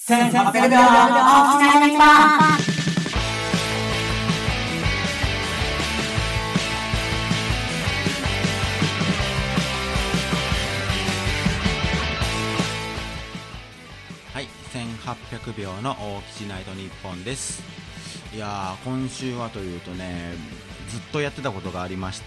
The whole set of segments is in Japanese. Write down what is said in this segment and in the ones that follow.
1800秒お疲れ様。 はい、1800秒の大吉ナイトニッポンです。いやー、今週はというとね、ずっとやってたことがありまして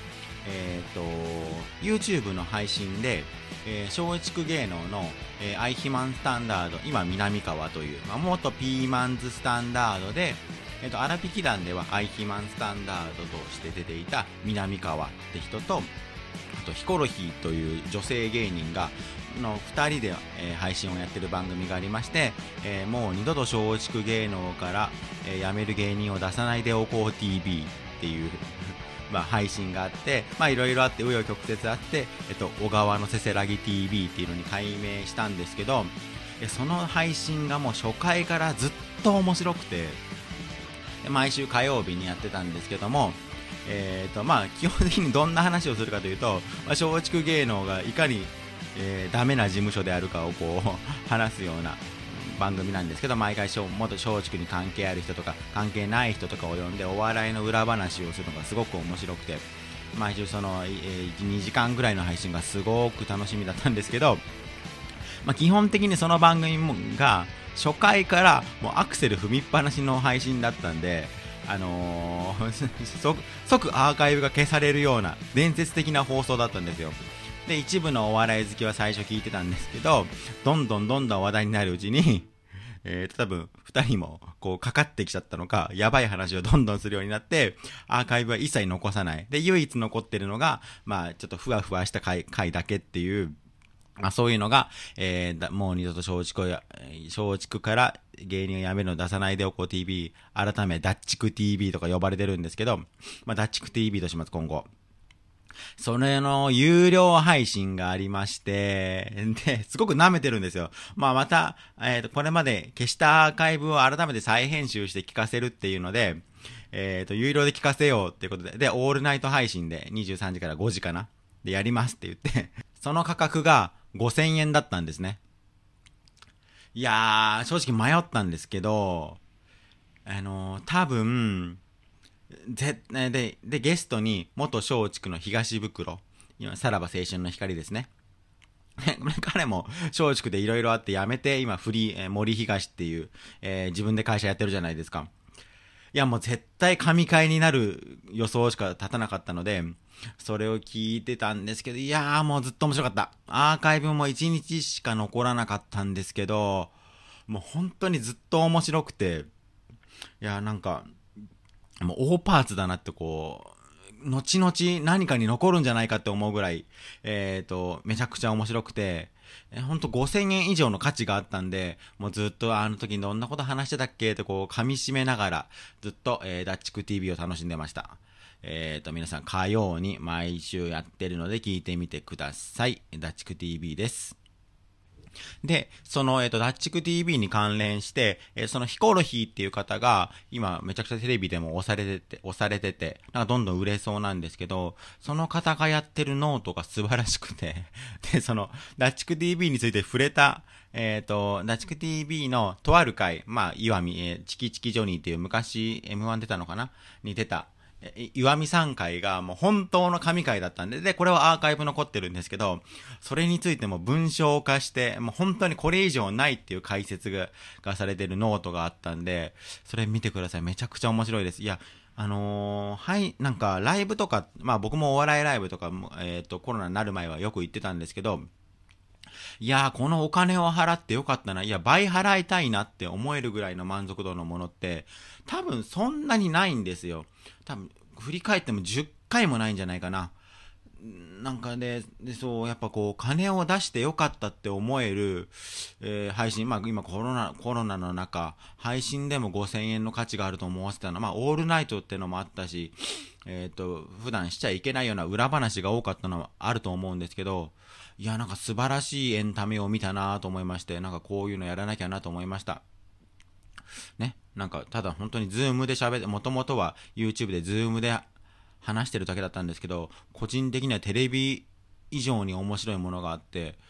、YouTube の配信で、松竹芸能の、アイヒマンスタンダード、今南川という、元ピーマンズスタンダードで、荒引き団ではアイヒマンスタンダードとして出ていた南川って人と、あとヒコロヒーという女性芸人がの2人で、配信をやってる番組がありまして、もう二度と松竹芸能から、辞める芸人を出さないでおこう TV っていう配信があって、いろいろあって紆余曲折あって、小川のせせらぎ TV っていうのに改名したんですけど、その配信がもう初回からずっと面白くて、毎週火曜日にやってたんですけども、基本的にどんな話をするかというと、松竹芸能がいかに、ダメな事務所であるかをこう話すような番組なんですけど、毎回元松竹に関係ある人とか関係ない人とかを呼んでお笑いの裏話をするのがすごく面白くて、毎週その、2時間ぐらいの配信がすごく楽しみだったんですけど、基本的にその番組が初回からもうアクセル踏みっぱなしの配信だったんで、即アーカイブが消されるような伝説的な放送だったんですよ。で、一部のお笑い好きは最初聞いてたんですけど、どんどん話題になるうちに、多分2人もこうかかってきちゃったのか、やばい話をどんどんするようになって、アーカイブは一切残さない。で、唯一残ってるのが、ちょっとふわふわした回だけっていう、そういうのが、もう二度と松竹から芸人を辞めるのを出さないでおこう TV、改めダッチク TV とか呼ばれてるんですけど、ダッチク TV とします、今後。それの有料配信がありまして、で、すごく舐めてるんですよ。また、これまで消したアーカイブを改めて再編集して聞かせるっていうので、有料で聞かせようっていうことで、オールナイト配信で23時から5時かなでやりますって言って、その価格が5000円だったんですね。いやー、正直迷ったんですけど、多分、で、ゲストに元松竹の東袋、今、さらば青春の光ですね。彼も松竹でいろいろあって辞めて、今森東っていう、自分で会社やってるじゃないですか。いや、もう絶対神回になる予想しか立たなかったので、それを聞いてたんですけど、いやー、もうずっと面白かった。アーカイブも1日しか残らなかったんですけど、もう本当にずっと面白くて、いやー、なんか、もう大パーツだなってこう、後々何かに残るんじゃないかって思うぐらい、めちゃくちゃ面白くて、ほんと5000円以上の価値があったんで、もうずっとあの時どんなこと話してたっけってこう噛み締めながら、ずっと、ダッチク TV を楽しんでました。皆さん火曜に毎週やってるので聞いてみてください。ダッチク TV です。で、その、ダッチク TV に関連して、そのヒコロヒーっていう方が、今めちゃくちゃテレビでも押されてて、なんかどんどん売れそうなんですけど、その方がやってるノートが素晴らしくて、で、その、ダッチク TV について触れた、ダッチク TV のとある回、岩見、チキチキジョニーっていう昔 M1 出たのかなに出た、岩見さん回がもう本当の神回だったんで、これはアーカイブ残ってるんですけど、それについても文章化して、もう本当にこれ以上ないっていう解説がされてるノートがあったんで、それ見てください。めちゃくちゃ面白いです。いや、なんかライブとか、僕もお笑いライブとかも、コロナになる前はよく行ってたんですけど、いやー、このお金を払ってよかったな、いや、倍払いたいなって思えるぐらいの満足度のものって、多分そんなにないんですよ。多分、振り返っても10回もないんじゃないかな。なんかで、そう、やっぱこう、金を出してよかったって思える、配信、今コロナの中、配信でも5000円の価値があると思わせたの。オールナイトってのもあったし、普段しちゃいけないような裏話が多かったのはあると思うんですけど、いや、なんか素晴らしいエンタメを見たなと思いまして、なんかこういうのやらなきゃなと思いました。ね、なんかただ本当にズームで喋って、もともとは YouTube でズームで話してるだけだったんですけど、個人的にはテレビ以上に面白いものがあって、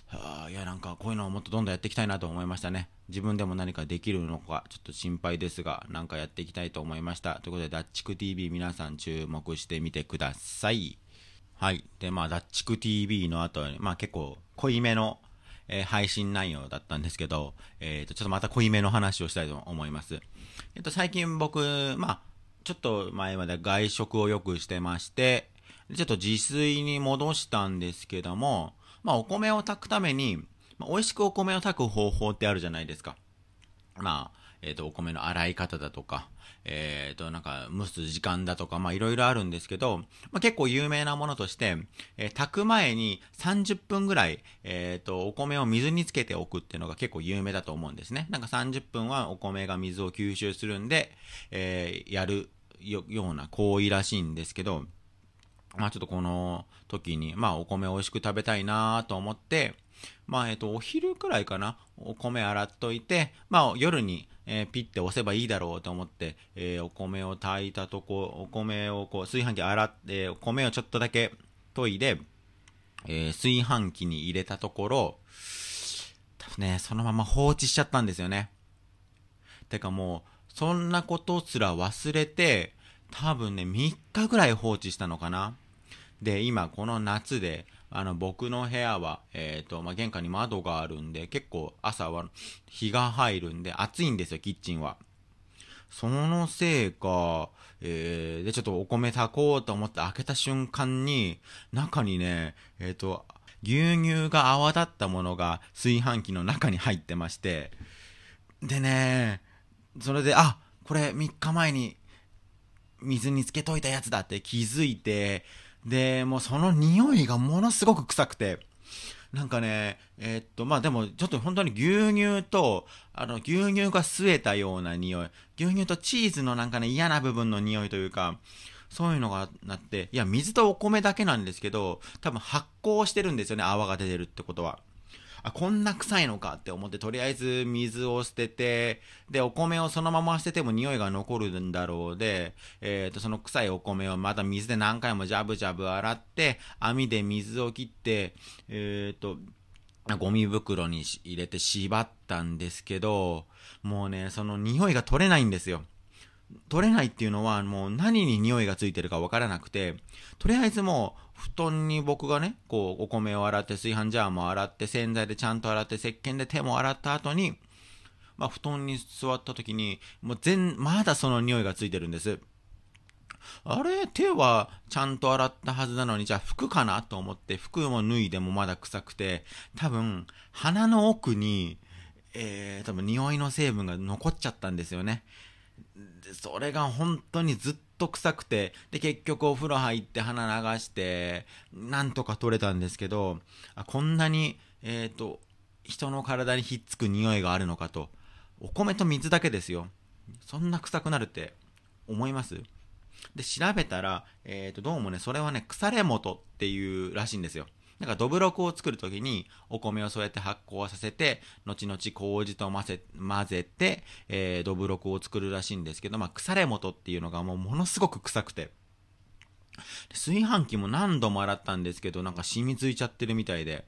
いやなんかこういうのをもっとどんどんやっていきたいなと思いましたね。自分でも何かできるのかちょっと心配ですが、なんかやっていきたいと思いました。ということでダッチク TV 皆さん注目してみてください。はい。でダッチク TV の後は、結構濃いめの、配信内容だったんですけど、ちょっとまた濃いめの話をしたいと思います。最近僕、ちょっと前まで外食をよくしてまして、ちょっと自炊に戻したんですけども、お米を炊くために、美味しくお米を炊く方法ってあるじゃないですか。お米の洗い方だとか、なんか蒸す時間だとか、いろいろあるんですけど、結構有名なものとして、炊く前に30分ぐらい、お米を水につけておくっていうのが結構有名だと思うんですね。なんか30分はお米が水を吸収するんで、やるような行為らしいんですけど、ちょっとこの時に、お米を美味しく食べたいなと思って、お昼くらいかな、お米洗っといて、夜に、ピッて押せばいいだろうと思って、お米を炊いたとこ、お米をこう炊飯器洗って、米をちょっとだけ研いで、炊飯器に入れたところ、多分ね、そのまま放置しちゃったんですよね。てかもう、そんなことすら忘れて、多分ね、3日ぐらい放置したのかな。で、今この夏で、僕の部屋は、玄関に窓があるんで、結構朝は日が入るんで、暑いんですよ、キッチンは。そのせいか、で、ちょっとお米炊こうと思って開けた瞬間に、中にね、牛乳が泡立ったものが炊飯器の中に入ってまして、でね、それで、これ3日前に水につけといたやつだって気づいて、で、もうその匂いがものすごく臭くて、なんかね、でもちょっと本当に牛乳と、牛乳が吸えたような匂い、牛乳とチーズのなんかね、嫌な部分の匂いというか、そういうのがなって、いや、水とお米だけなんですけど、多分発酵してるんですよね、泡が出てるってことは。こんな臭いのかって思って、とりあえず水を捨てて、で、お米をそのまま捨てても匂いが残るんだろうで、その臭いお米をまた水で何回もジャブジャブ洗って、網で水を切って、ゴミ袋に入れて縛ったんですけど、もうね、その匂いが取れないんですよ。取れないっていうのはもう何に匂いがついてるかわからなくて、とりあえずもう布団に僕がね、こうお米を洗って炊飯ジャーも洗って洗剤でちゃんと洗って石鹸で手も洗った後に、布団に座った時にもうまだその匂いがついてるんです。あれ、手はちゃんと洗ったはずなのに、じゃあ服かなと思って服も脱いでもまだ臭くて、多分鼻の奥に、多分匂いの成分が残っちゃったんですよね。でそれが本当にずっと臭くて、で結局お風呂入って鼻流してなんとか取れたんですけど、こんなに人の体にひっつく匂いがあるのかと。お米と水だけですよ。そんな臭くなるって思います？で調べたら、どうもね、それはね、腐れ元っていうらしいんですよ。なんかどぶろくを作るときにお米をそうやって発酵させて、後々麹と混ぜて、どぶろくを作るらしいんですけど、腐れ元っていうのがもうものすごく臭くて、炊飯器も何度も洗ったんですけど、なんか染みついちゃってるみたいで、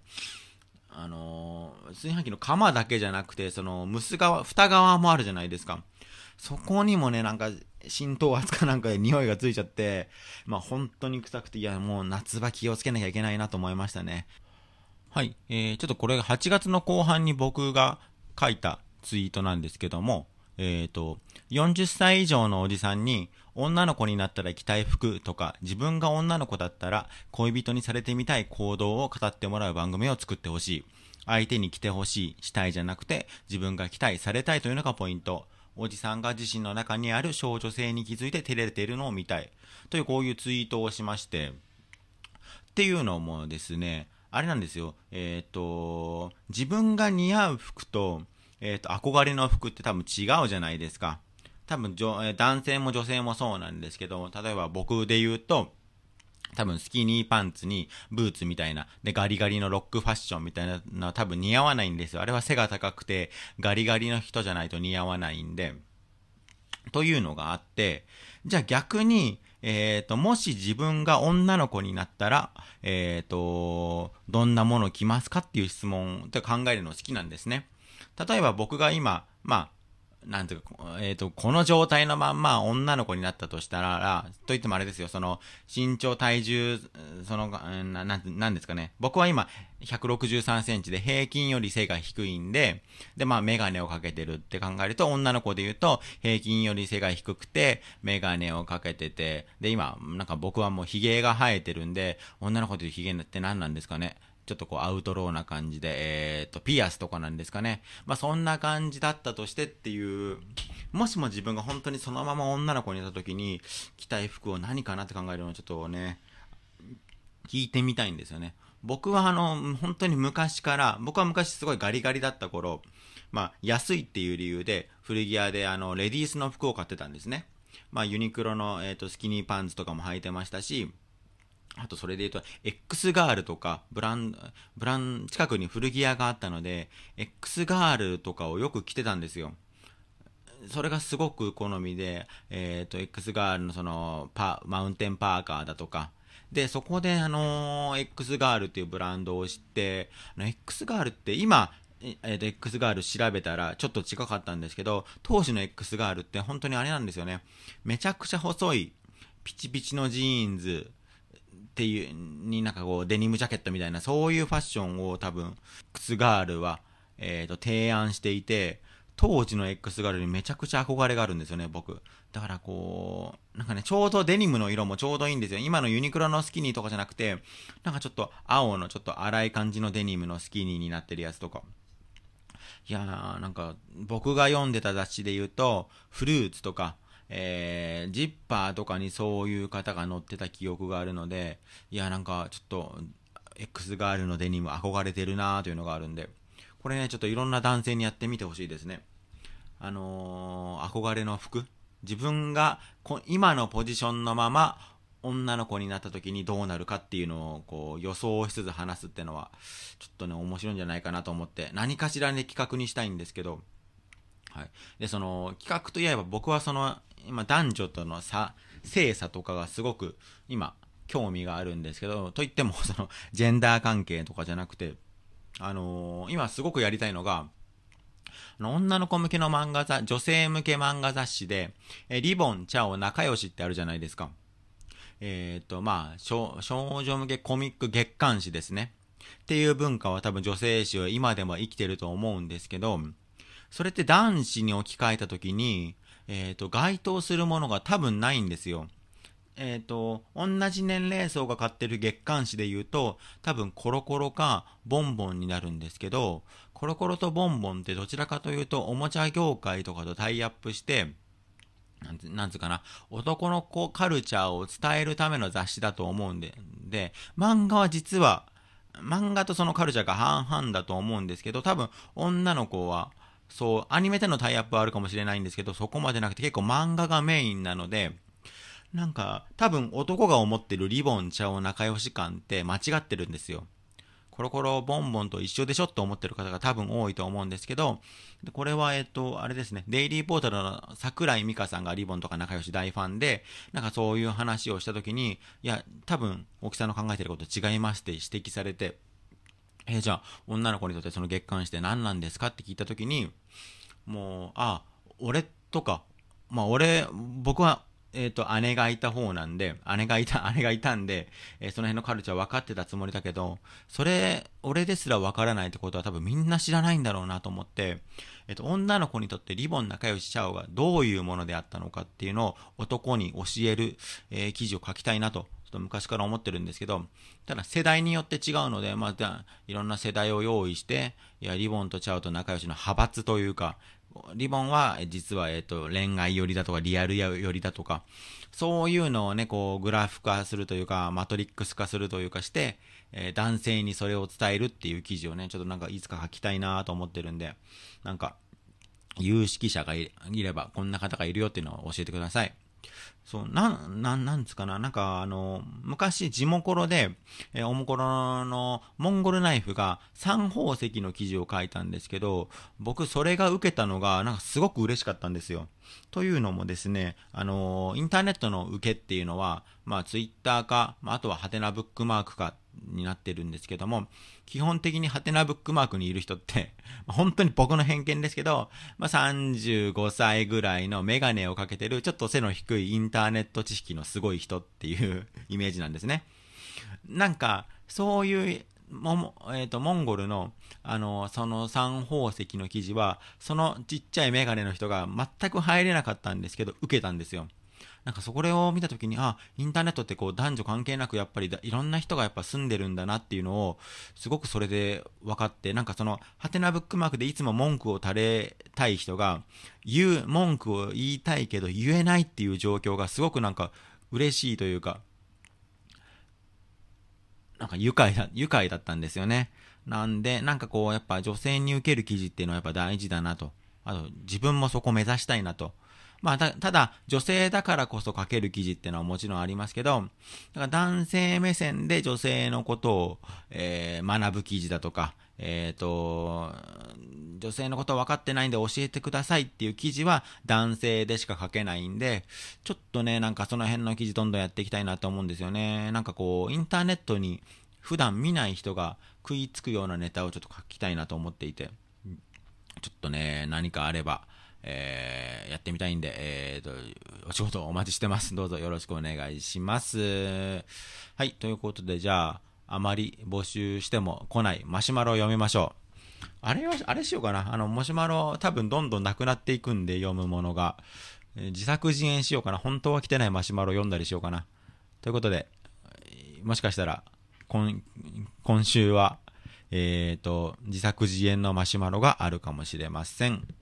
炊飯器の釜だけじゃなくて、その蒸す側、蓋側もあるじゃないですか。そこにもね、なんか浸透圧かなんかで匂いがついちゃって、本当に臭くて、いやもう夏場気をつけなきゃいけないなと思いましたね。はい、ちょっとこれが8月の後半に僕が書いたツイートなんですけども、40歳以上のおじさんに女の子になったら着たい服とか、自分が女の子だったら恋人にされてみたい行動を語ってもらう番組を作ってほしい。相手に着てほしい、したいじゃなくて自分が着たい、されたいというのがポイント。おじさんが自身の中にある少女性に気づいて照れているのを見たいという、こういうツイートをしまして、っていうのもですね、あれなんですよ。自分が似合う服と、憧れの服って多分違うじゃないですか。多分男性も女性もそうなんですけど、例えば僕で言うと、多分スキニーパンツにブーツみたいな、でガリガリのロックファッションみたいなのは多分似合わないんですよ。あれは背が高くてガリガリの人じゃないと似合わないんで、 というのがあって、じゃあ逆に、もし自分が女の子になったら、どんなもの着ますかっていう質問って考えるの好きなんですね。例えば僕が今、なんていうか、この状態のまんま女の子になったとしたら、といってもあれですよ、身長、体重、なんですかね。僕は今、163センチで平均より背が低いんで、メガネをかけてるって考えると、女の子で言うと、平均より背が低くて、メガネをかけてて、で、今、なんか僕はもう髭が生えてるんで、女の子でいう髭って何なんですかね。ちょっとアウトローな感じで、ピアスとかなんですかね。そんな感じだったとしてっていう、もしも自分が本当にそのまま女の子にいた時に、着たい服を何かなって考えるのをちょっとね、聞いてみたいんですよね。僕は本当に僕は昔すごいガリガリだった頃、安いっていう理由で、古着屋でレディースの服を買ってたんですね。ユニクロの、スキニーパンツとかも履いてましたし、あとそれで言うと X ガールとか近くに古着屋があったので X ガールとかをよく着てたんですよ。それがすごく好みで、X ガールのマウンテンパーカーだとかで、そこでX ガールっていうブランドを知って、X ガールって今X ガール調べたらちょっと近かったんですけど、当時の X ガールって本当にあれなんですよね。めちゃくちゃ細いピチピチのジーンズっていうになんかデニムジャケットみたいなそういうファッションを多分 X ガールは、提案していて、当時の X ガールにめちゃくちゃ憧れがあるんですよね、僕。だからなんかね、ちょうどデニムの色もちょうどいいんですよ。今のユニクロのスキニーとかじゃなくて、なんかちょっと青のちょっと粗い感じのデニムのスキニーになってるやつとか。いやー、なんか僕が読んでた雑誌で言うと、フルーツとか、ジッパーとかにそういう方が載ってた記憶があるので、いや、なんかちょっと X ガールのデニム憧れてるなーというのがあるんで、これね、ちょっといろんな男性にやってみてほしいですね。憧れの服、自分が今のポジションのまま女の子になった時にどうなるかっていうのを予想しつつ話すっていうのはちょっとね面白いんじゃないかなと思って、何かしらね企画にしたいんですけど、はい、でその企画といえば僕は今男女との性差とかがすごく今興味があるんですけど、といってもジェンダー関係とかじゃなくて、今すごくやりたいのが女の子向けの女性向け漫画雑誌で、リボン、チャオ、仲良しってあるじゃないですか。少女向けコミック月刊誌ですね。っていう文化は多分女性誌は今でも生きてると思うんですけど、それって男子に置き換えた時に、該当するものが多分ないんですよ。同じ年齢層が買ってる月刊誌で言うと、多分コロコロかボンボンになるんですけど、コロコロとボンボンってどちらかというとおもちゃ業界とかとタイアップして、なんつうかな、男の子カルチャーを伝えるための雑誌だと思うんで、漫画は実は、漫画とそのカルチャーが半々だと思うんですけど、多分女の子は、そう、アニメでのタイアップはあるかもしれないんですけど、そこまでなくて結構漫画がメインなので、なんか、多分男が思ってるリボン、チャオ、仲良し感って間違ってるんですよ。コロコロボンボンと一緒でしょって思ってる方が多分多いと思うんですけど、これはあれですね、デイリーポータルの桜井美香さんがリボンとか仲良し大ファンで、なんかそういう話をした時に、いや、多分大木さんの考えてること違いますって指摘されて、じゃあ女の子にとってその月刊誌って何なんですかって聞いた時に、もう、俺とか、僕は姉がいた方なんで、姉がいたんで、その辺のカルチャー分かってたつもりだけど、俺ですら分からないってことは多分みんな知らないんだろうなと思って、女の子にとってリボン仲良しチャオがどういうものであったのかっていうのを男に教える、記事を書きたいなと、ちょっと昔から思ってるんですけど、ただ世代によって違うので、いろんな世代を用意して、リボンとチャオと仲良しの派閥というか、リボンは実は恋愛寄りだとかリアル寄りだとか、そういうのをねグラフ化するというかマトリックス化するというかして、男性にそれを伝えるっていう記事をねちょっとなんかいつか書きたいなと思ってるんで、なんか有識者がいればこんな方がいるよっていうのを教えてください。 そう、なんつかな、なんか昔、地モコロで、おもころのモンゴルナイフが三宝石の記事を書いたんですけど、僕それが受けたのが、なんかすごく嬉しかったんですよ。というのもですね、インターネットの受けっていうのは、まあ、ツイッターか、まあ、あとはハテナブックマークか、になってるんですけども、基本的にハテナブックマークにいる人って本当に僕の偏見ですけど、まあ、35歳ぐらいのメガネをかけてるちょっと背の低いインターネット知識のすごい人っていうイメージなんですね。なんかそういうモンゴルのその三宝石の記事はそのちっちゃいメガネの人が全く入れなかったんですけど受けたんですよ。なんかそこを見たときに、インターネットってこう男女関係なくやっぱりいろんな人がやっぱ住んでるんだなっていうのを、すごくそれで分かって、なんかその、ハテナブックマークでいつも文句を垂れたい人が、文句を言いたいけど言えないっていう状況がすごくなんか嬉しいというか、なんか愉快だったんですよね。なんで、なんかこう、やっぱ女性に受ける記事っていうのはやっぱ大事だなと。あと、自分もそこ目指したいなと。まあ、ただ、女性だからこそ書ける記事っていうのはもちろんありますけど、だから男性目線で女性のことを、学ぶ記事だとか、女性のことを分かってないんで教えてくださいっていう記事は男性でしか書けないんで、ちょっとね、なんかその辺の記事どんどんやっていきたいなと思うんですよね。なんかこう、インターネットに普段見ない人が食いつくようなネタをちょっと書きたいなと思っていて、ちょっとね、何かあれば、やってみたいんで、お仕事お待ちしてます。どうぞよろしくお願いします。はい、ということで、じゃあ、あまり募集しても来ないマシュマロを読みましょう。あれしようかな。マシュマロ多分どんどんなくなっていくんで読むものが、自作自演しようかな。本当は来てないマシュマロを読んだりしようかな。ということで、もしかしたら、今週は、自作自演のマシュマロがあるかもしれません。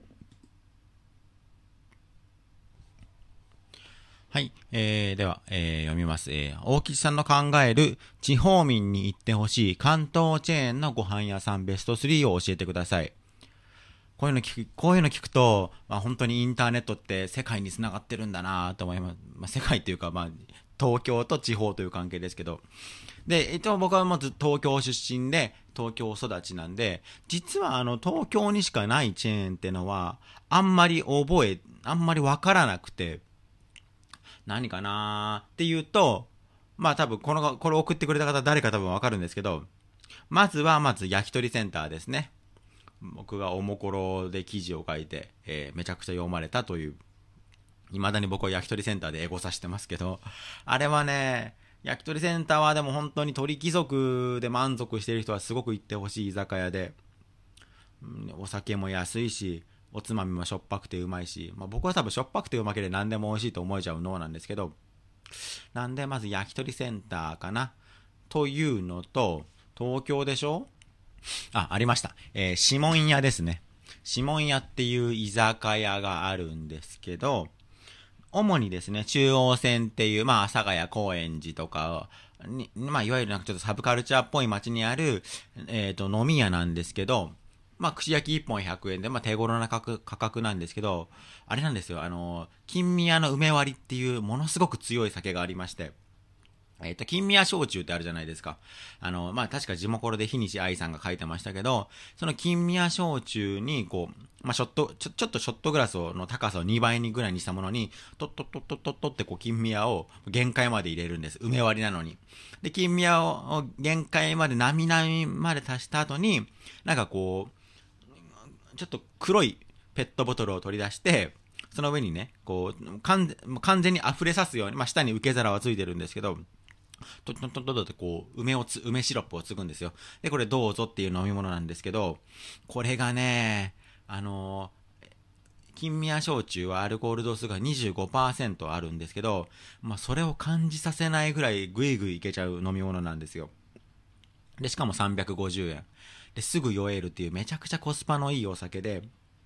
はい、では、読みます。大吉さんの考える地方民に行ってほしい関東チェーンのご飯屋さんベスト3を教えてください。こういうの聞くと、本当にインターネットって世界に繋がってるんだなと思います。世界というか、東京と地方という関係ですけど。で、僕はまず東京出身で、東京育ちなんで、実は東京にしかないチェーンってのは、あんまりわからなくて、何かなーっていうと、多分これ送ってくれた方誰か多分わかるんですけど、まず焼き鳥センターですね。僕がおもころで記事を書いて、めちゃくちゃ読まれたという、未だに僕は焼き鳥センターでエゴサしてますけど、あれはね、焼き鳥センターはでも本当に鳥貴族で満足している人はすごく行ってほしい居酒屋で、お酒も安いし、おつまみもしょっぱくてうまいし、僕は多分しょっぱくてうまければ何でも美味しいと思えちゃう脳なんですけど、なんでまず焼き鳥センターかなというのと、東京でしょ。ありました。指紋屋ですね。指紋屋っていう居酒屋があるんですけど、主にですね、中央線っていう、阿佐ヶ谷高円寺とかに、いわゆるなんかちょっとサブカルチャーっぽい街にある、飲み屋なんですけど、串焼き1本100円で、手頃な価格なんですけど、あれなんですよ、金宮の梅割りっていうものすごく強い酒がありまして、金宮焼酎ってあるじゃないですか。確か地元で日西愛さんが書いてましたけど、その金宮焼酎に、ちょっとショットグラスの高さを2倍にぐらいにしたものに、トットットットットットって金宮を限界まで入れるんです。梅割りなのに。で、金宮を限界まで、なみなみまで足した後に、なんかちょっと黒いペットボトルを取り出して、その上にね、完全に溢れさすように、下に受け皿はついてるんですけど、トントントントンって梅シロップをつぐんですよ。で、これどうぞっていう飲み物なんですけど、これがね、金宮焼酎はアルコール度数が 25% あるんですけど、それを感じさせないぐらいグイグイいけちゃう飲み物なんですよ。で、しかも350円。で、すぐ酔えるっていうめちゃくちゃコスパのいいお酒で、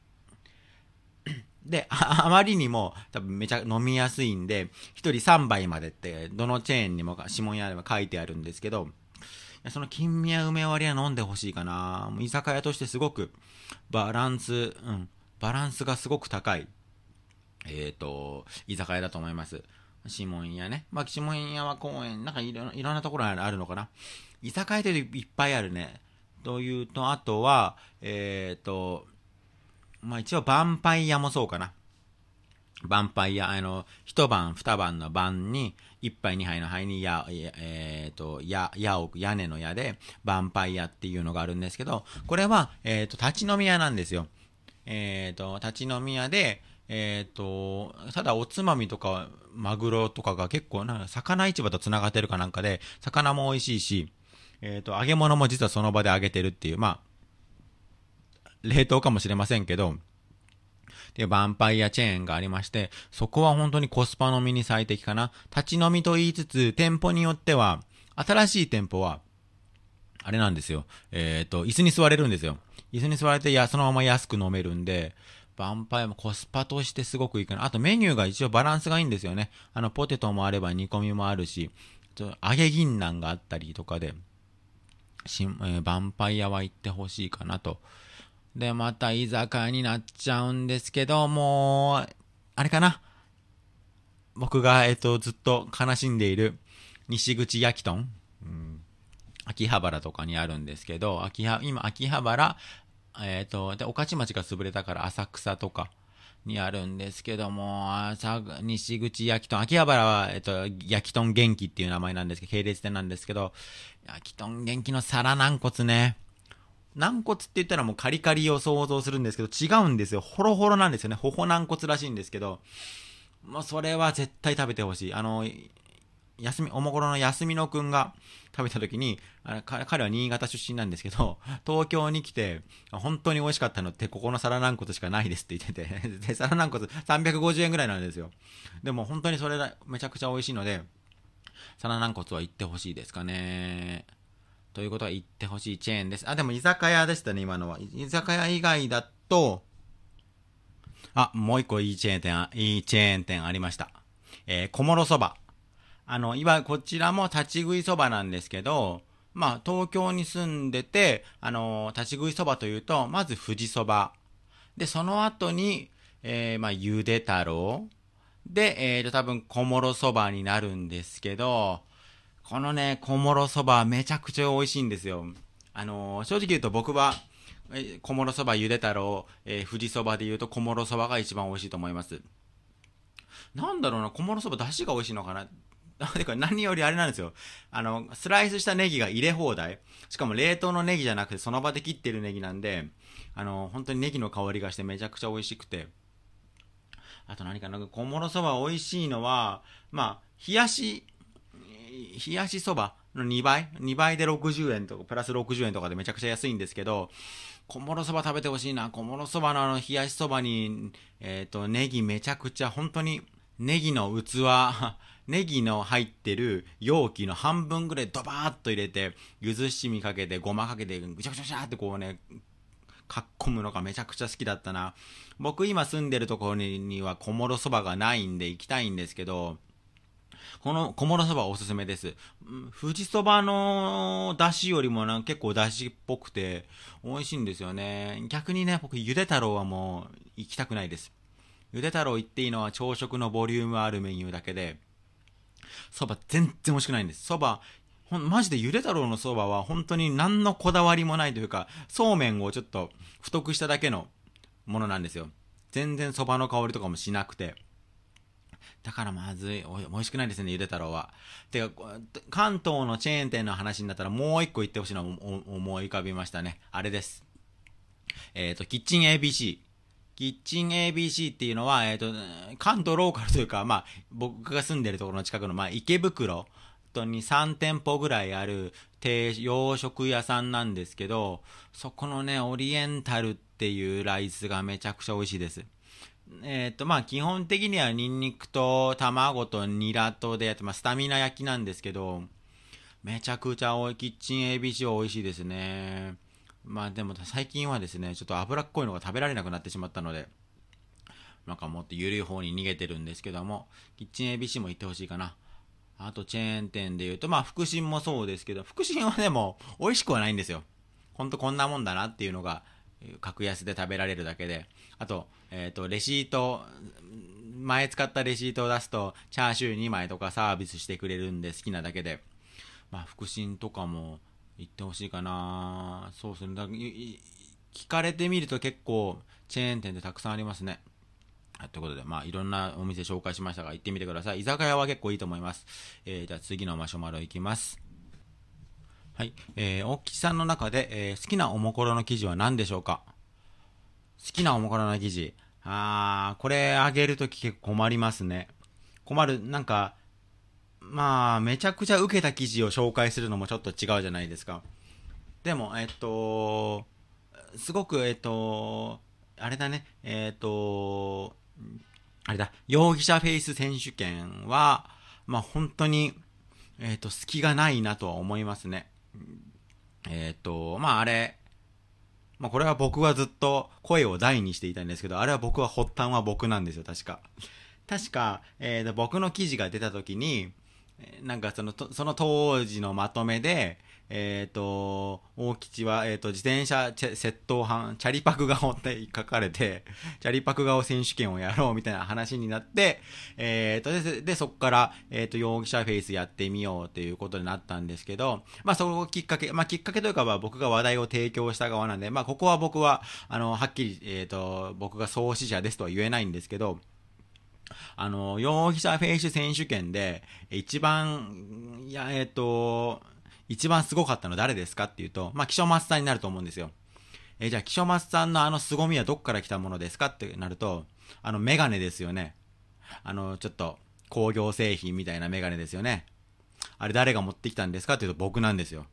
で、あまりにも多分めちゃ飲みやすいんで、1人3杯までってどのチェーンにも指紋屋でも書いてあるんですけど、その金宮梅割りは飲んでほしいかな。居酒屋としてすごくバランスがすごく高い居酒屋だと思います。シモン屋ね。まあ、シモン屋は公園、なんかいろんなところあるのかな。居酒屋でいっぱいあるね。というと、あとは、まあ一応、ヴァンパイアもそうかな。ヴァンパイア、一晩、二晩の晩に、一杯二杯の杯に屋根の屋で、ヴァンパイアっていうのがあるんですけど、これは、立ち飲み屋なんですよ。立ち飲み屋で、ただおつまみとか、マグロとかが結構魚市場と繋がってるかなんかで、魚も美味しいし、揚げ物も実はその場で揚げてるっていう、まあ、冷凍かもしれませんけど、で、ヴァンパイアチェーンがありまして、そこは本当にコスパ飲みに最適かな。立ち飲みと言いつつ、店舗によっては、新しい店舗は、あれなんですよ。椅子に座れるんですよ。椅子に座れて、そのまま安く飲めるんで、ヴァンパイアもコスパとしてすごくいいかな。あとメニューが一応バランスがいいんですよね。ポテトもあれば煮込みもあるし、揚げ銀杏があったりとかで、ヴァンパイアは行ってほしいかなと。で、また居酒屋になっちゃうんですけど、もう、あれかな。僕が、ずっと悲しんでいる西口焼き豚、秋葉原とかにあるんですけど、今、秋葉原、で、御徒町が潰れたから浅草とかにあるんですけども、西口焼き豚、秋葉原は、焼き豚元気っていう名前なんですけど、系列店なんですけど、焼き豚元気の皿軟骨ね。軟骨って言ったらもうカリカリを想像するんですけど、違うんですよ。ホロホロなんですよね。ほほ軟骨らしいんですけど、もうそれは絶対食べてほしい。おもころの休みのくんが食べた時に、彼は新潟出身なんですけど、東京に来て、本当に美味しかったのって、ここの皿軟骨しかないですって言ってて、で、皿軟骨350円ぐらいなんですよ。でも本当にそれめちゃくちゃ美味しいので、皿軟骨は行ってほしいですかね。ということは行ってほしいチェーンです。あ、でも居酒屋でしたね、今のは。居酒屋以外だと、もう一個いいチェーン店ありました。小諸そば。こちらも立ち食いそばなんですけど、まあ、東京に住んでて、立ち食いそばというと、まず富士そば。で、その後に、まあ、ゆで太郎。で、多分小諸そばになるんですけど、このね、小諸そばめちゃくちゃ美味しいんですよ。正直言うと僕は、小諸そばゆで太郎、富士そばで言うと小諸そばが一番美味しいと思います。なんだろうな、小諸そば出汁が美味しいのかな。てか何よりあれなんですよ。スライスしたネギが入れ放題。しかも冷凍のネギじゃなくてその場で切ってるネギなんで、本当にネギの香りがしてめちゃくちゃ美味しくて。あと何かな、小諸そば美味しいのは、まあ、冷やしそばの2倍で60円とか、プラス60円とかでめちゃくちゃ安いんですけど、小諸そば食べてほしいな。小諸そばの冷やしそばに、ネギめちゃくちゃ、本当に、ネギの器、ネギの入ってる容器の半分ぐらいドバーッと入れて、柚子七味かけて、ごまかけて、ぐちゃぐちゃぐちゃってこうね、かっこむのがめちゃくちゃ好きだったな。僕今住んでるところには小諸そばがないんで行きたいんですけど、この小諸そばおすすめです。富士そばの出汁よりも結構出汁っぽくて美味しいんですよね。逆にね、僕ゆで太郎はもう行きたくないです。ゆで太郎行っていいのは朝食のボリュームあるメニューだけで、そば全然美味しくないんです。そば、マジでゆで太郎のそばは本当に何のこだわりもないというか、そうめんをちょっと太くしただけのものなんですよ。全然そばの香りとかもしなくて。だからまずい、美味しくないですね、ゆで太郎は。てか、関東のチェーン店の話になったらもう一個言ってほしいのを思い浮かびましたね。あれです。キッチン ABC。キッチン ABC っていうのは、関東ローカルというか、まあ、僕が住んでるところの近くの、まあ、池袋に3店舗ぐらいある洋食屋さんなんですけど、そこのね、オリエンタルっていうライスがめちゃくちゃ美味しいです。まあ基本的にはニンニクと卵とニラとでやって、まあスタミナ焼きなんですけど、めちゃくちゃキッチン ABC は美味しいですね。まあでも最近はですね、ちょっと脂っこいのが食べられなくなってしまったので、なんかもっと緩い方に逃げてるんですけども、キッチン ABC も行ってほしいかな。あとチェーン店で言うと、まあ福神もそうですけど、福神はでも美味しくはないんですよ。ほんとこんなもんだなっていうのが、格安で食べられるだけで。あと、レシート前使ったレシートを出すとチャーシュー2枚とかサービスしてくれるんで、好きなだけで、福神とかも行ってほしいかな。そうですね。聞かれてみると結構チェーン店でたくさんありますね。ということで、いろんなお店紹介しましたが、行ってみてください。居酒屋は結構いいと思います。じゃあ次のマシュマロ行きます。はい。大吉さんの中で、好きなおもころの記事は何でしょうか？好きなおもころの記事。これあげるとき結構困りますね。困る。なんか、めちゃくちゃ受けた記事を紹介するのもちょっと違うじゃないですか。でも、すごく、あれだね、あれだ、容疑者フェイス選手権は、本当に、隙がないなとは思いますね。あれ、これは僕はずっと声を大にしていたんですけど、あれは発端は僕なんですよ、確か。僕の記事が出た時に、なんかその当時のまとめで、大吉は、自転車窃盗犯、チャリパク顔って書かれて、チャリパク顔選手権をやろうみたいな話になって、で、そこから、容疑者フェイスやってみようということになったんですけど、そこをきっかけというか僕が話題を提供した側なんで、ここは僕は、はっきり、僕が創始者ですとは言えないんですけど、容疑者フェイス選手権で、一番すごかったの誰ですかっていうと、木書松さんになると思うんですよ。じゃあ、木書松さんの凄みはどっから来たものですかってなると、メガネですよね。ちょっと、工業製品みたいなメガネですよね。あれ誰が持ってきたんですかっていうと僕なんですよ。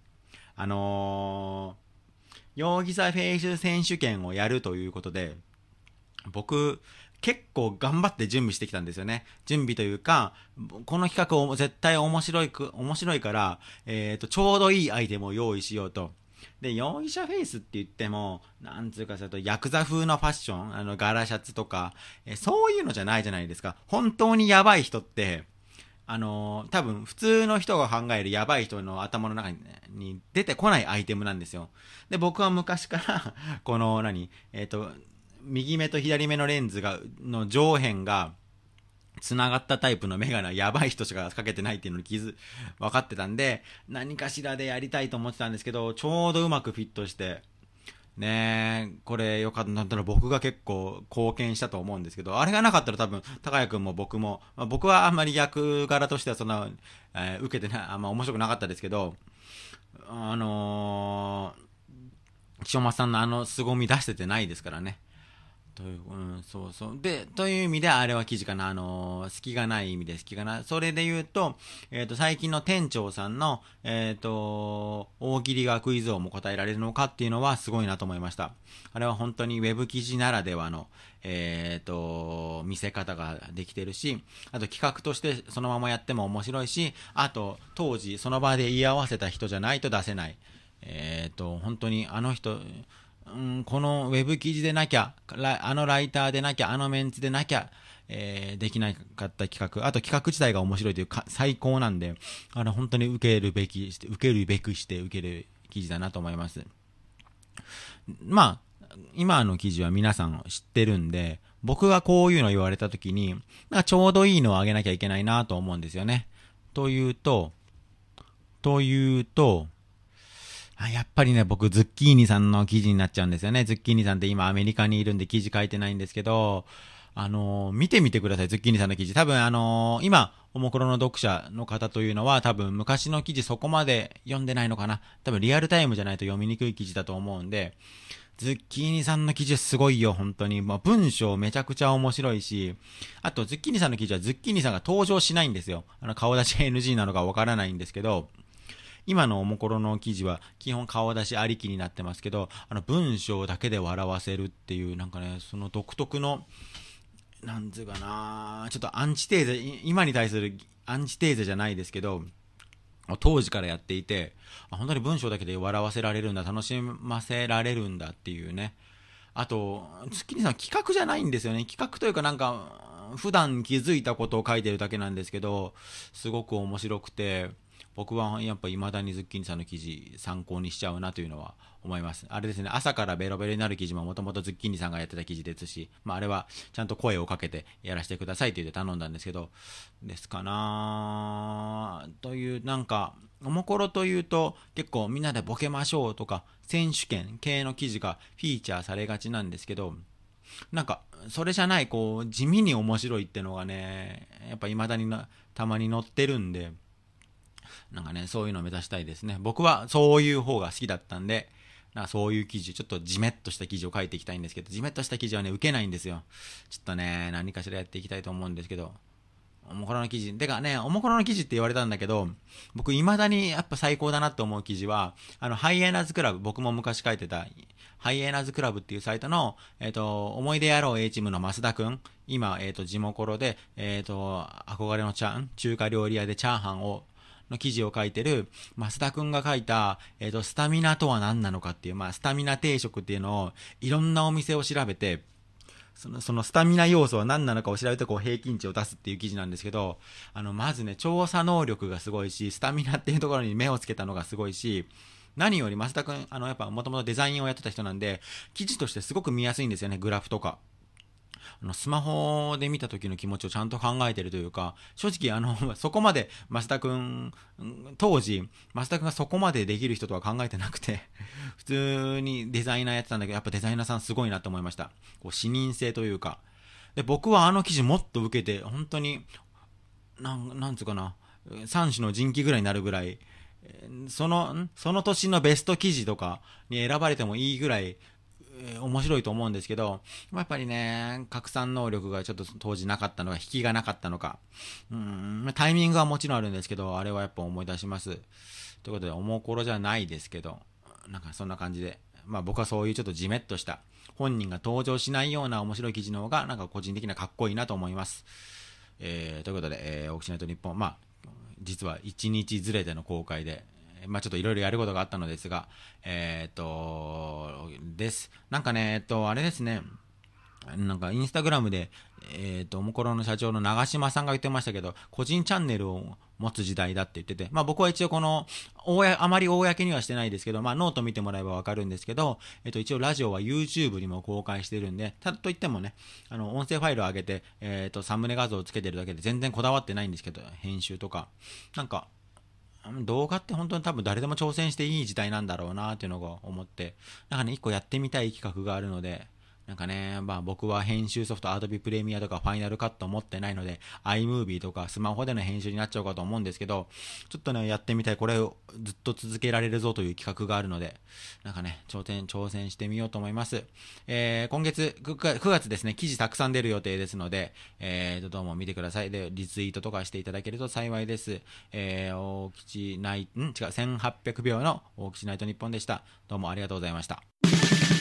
容疑者フェイス選手権をやるということで、僕、結構頑張って準備してきたんですよね。準備というか、この企画を絶対面白いから、ちょうどいいアイテムを用意しようと。で、容疑者フェイスって言っても、なんつうかすると、ヤクザ風のファッション、柄シャツとか、そういうのじゃないじゃないですか。本当にやばい人って、多分普通の人が考えるやばい人の頭の中に出てこないアイテムなんですよ。で、僕は昔から、この右目と左目のレンズの上辺が繋がったタイプのメガネはやばい人しかかけてないっていうのに分かってたんで、何かしらでやりたいと思ってたんですけど、ちょうどうまくフィットして、これよかったら僕が結構貢献したと思うんですけど、あれがなかったら多分、高谷くんも僕も、僕はあんまり役柄としてはそんな、受けてない、面白くなかったですけど、木松さんの凄み出しててないですからね。そうそう。で、という意味であれは記事かな。隙がない意味で隙がない。それで言うと、最近の店長さんの、大喜利がクイズ王も答えられるのかっていうのはすごいなと思いました。あれは本当にウェブ記事ならではの、見せ方ができてるし、あと企画としてそのままやっても面白いし、あと当時その場で言い合わせた人じゃないと出せない。本当にあの人、このウェブ記事でなきゃ、あのライターでなきゃ、あのメンツでなきゃ、できなかった企画、あと企画自体が面白いという最高なんで、本当に受けるべくして受ける記事だなと思います。今の記事は皆さん知ってるんで、僕がこういうの言われたときに、ちょうどいいのをあげなきゃいけないなと思うんですよね。というと、やっぱりね、僕、ズッキーニさんの記事になっちゃうんですよね。ズッキーニさんって今アメリカにいるんで記事書いてないんですけど、見てみてください、ズッキーニさんの記事。多分今、おもころの読者の方というのは多分昔の記事そこまで読んでないのかな。多分リアルタイムじゃないと読みにくい記事だと思うんで、ズッキーニさんの記事すごいよ、本当に。文章めちゃくちゃ面白いし、あと、ズッキーニさんの記事はズッキーニさんが登場しないんですよ。顔出し NG なのかわからないんですけど、今のおもころの記事は基本顔出しありきになってますけど、文章だけで笑わせるっていう、なんかね、その独特の、なんつうかな、ちょっとアンチテーゼ、今に対するアンチテーゼじゃないですけど、当時からやっていて、本当に文章だけで笑わせられるんだ、楽しませられるんだっていうね。あと、ズッキーニさん企画じゃないんですよね。企画というかなんか、普段気づいたことを書いてるだけなんですけど、すごく面白くて、 僕はやっぱ未だにズッキーニさんの記事参考にしちゃうなというのは思います。あれですね、朝からベロベロになる記事ももともとズッキーニさんがやってた記事ですし、あれはちゃんと声をかけてやらせてくださいって言って頼んだんですけど、ですかなという、なんかおもころというと結構みんなでボケましょうとか選手権系の記事がフィーチャーされがちなんですけど、なんかそれじゃないこう地味に面白いってのがね、やっぱ未だにたまに載ってるんで、なんかね、そういうのを目指したいですね。僕はそういう方が好きだったんで、なんかそういう記事、ちょっとジメッとした記事を書いていきたいんですけど、ジメッとした記事はね、受けないんですよ。ちょっとね、何かしらやっていきたいと思うんですけど、おもころの記事。てかね、おもころの記事って言われたんだけど、僕未だにやっぱ最高だなって思う記事は、ハイエナーズクラブ、僕も昔書いてた、ハイエナーズクラブっていうサイトの、思い出野郎 A チームの増田くん、今、地元ロで、憧れの中華料理屋でチャーハンを、の記事を書いてる増田くんが書いた、スタミナとは何なのかっていう、スタミナ定食っていうのを、いろんなお店を調べて、そのスタミナ要素は何なのかを調べてこう平均値を出すっていう記事なんですけど、まずね、調査能力がすごいし、スタミナっていうところに目をつけたのがすごいし、何より増田くん、やっぱもともとデザインをやってた人なんで、記事としてすごく見やすいんですよね、グラフとか。スマホで見た時の気持ちをちゃんと考えてるというか、正直そこまで増田くん、当時、増田くんがそこまでできる人とは考えてなくて、普通にデザイナーやってたんだけど、やっぱデザイナーさんすごいなと思いました。こう、視認性というか。で、僕は記事もっと受けて、本当に、なんつうかな、3種の神器ぐらいになるぐらい、その年のベスト記事とかに選ばれてもいいぐらい、面白いと思うんですけど、やっぱりね、拡散能力がちょっと当時なかったのか、引きがなかったのか、タイミングはもちろんあるんですけど、あれはやっぱ思い出します。ということで、おもころじゃないですけど、なんかそんな感じで、僕はそういうちょっとジメッとした、本人が登場しないような面白い記事の方が、なんか個人的なかっこいいなと思います。ということで、オークシナイト日本、実は1日ずれての公開で、ちょっといろいろやることがあったのですが、です。なんかね、あれですね、なんかインスタグラムで、おもころの社長の長島さんが言ってましたけど、個人チャンネルを持つ時代だって言ってて、僕は一応この、あまり公にはしてないですけど、ノート見てもらえばわかるんですけど、一応ラジオは YouTube にも公開してるんで、といってもね、音声ファイルを上げて、サムネ画像をつけてるだけで全然こだわってないんですけど、編集とか、なんか、動画って本当に多分誰でも挑戦していい時代なんだろうなっていうのが思って、なんかね、一個やってみたい企画があるので、なんかね、僕は編集ソフト Adobe プレミアとかファイナルカット持ってないので iMovie とかスマホでの編集になっちゃうかと思うんですけど、ちょっとねやってみたい、これをずっと続けられるぞという企画があるので、なんかね挑戦してみようと思います。今月9月ですね、記事たくさん出る予定ですので、どうも見てください。でリツイートとかしていただけると幸いです。大吉ナイト1800秒の大吉ナイト日本でした。どうもありがとうございました。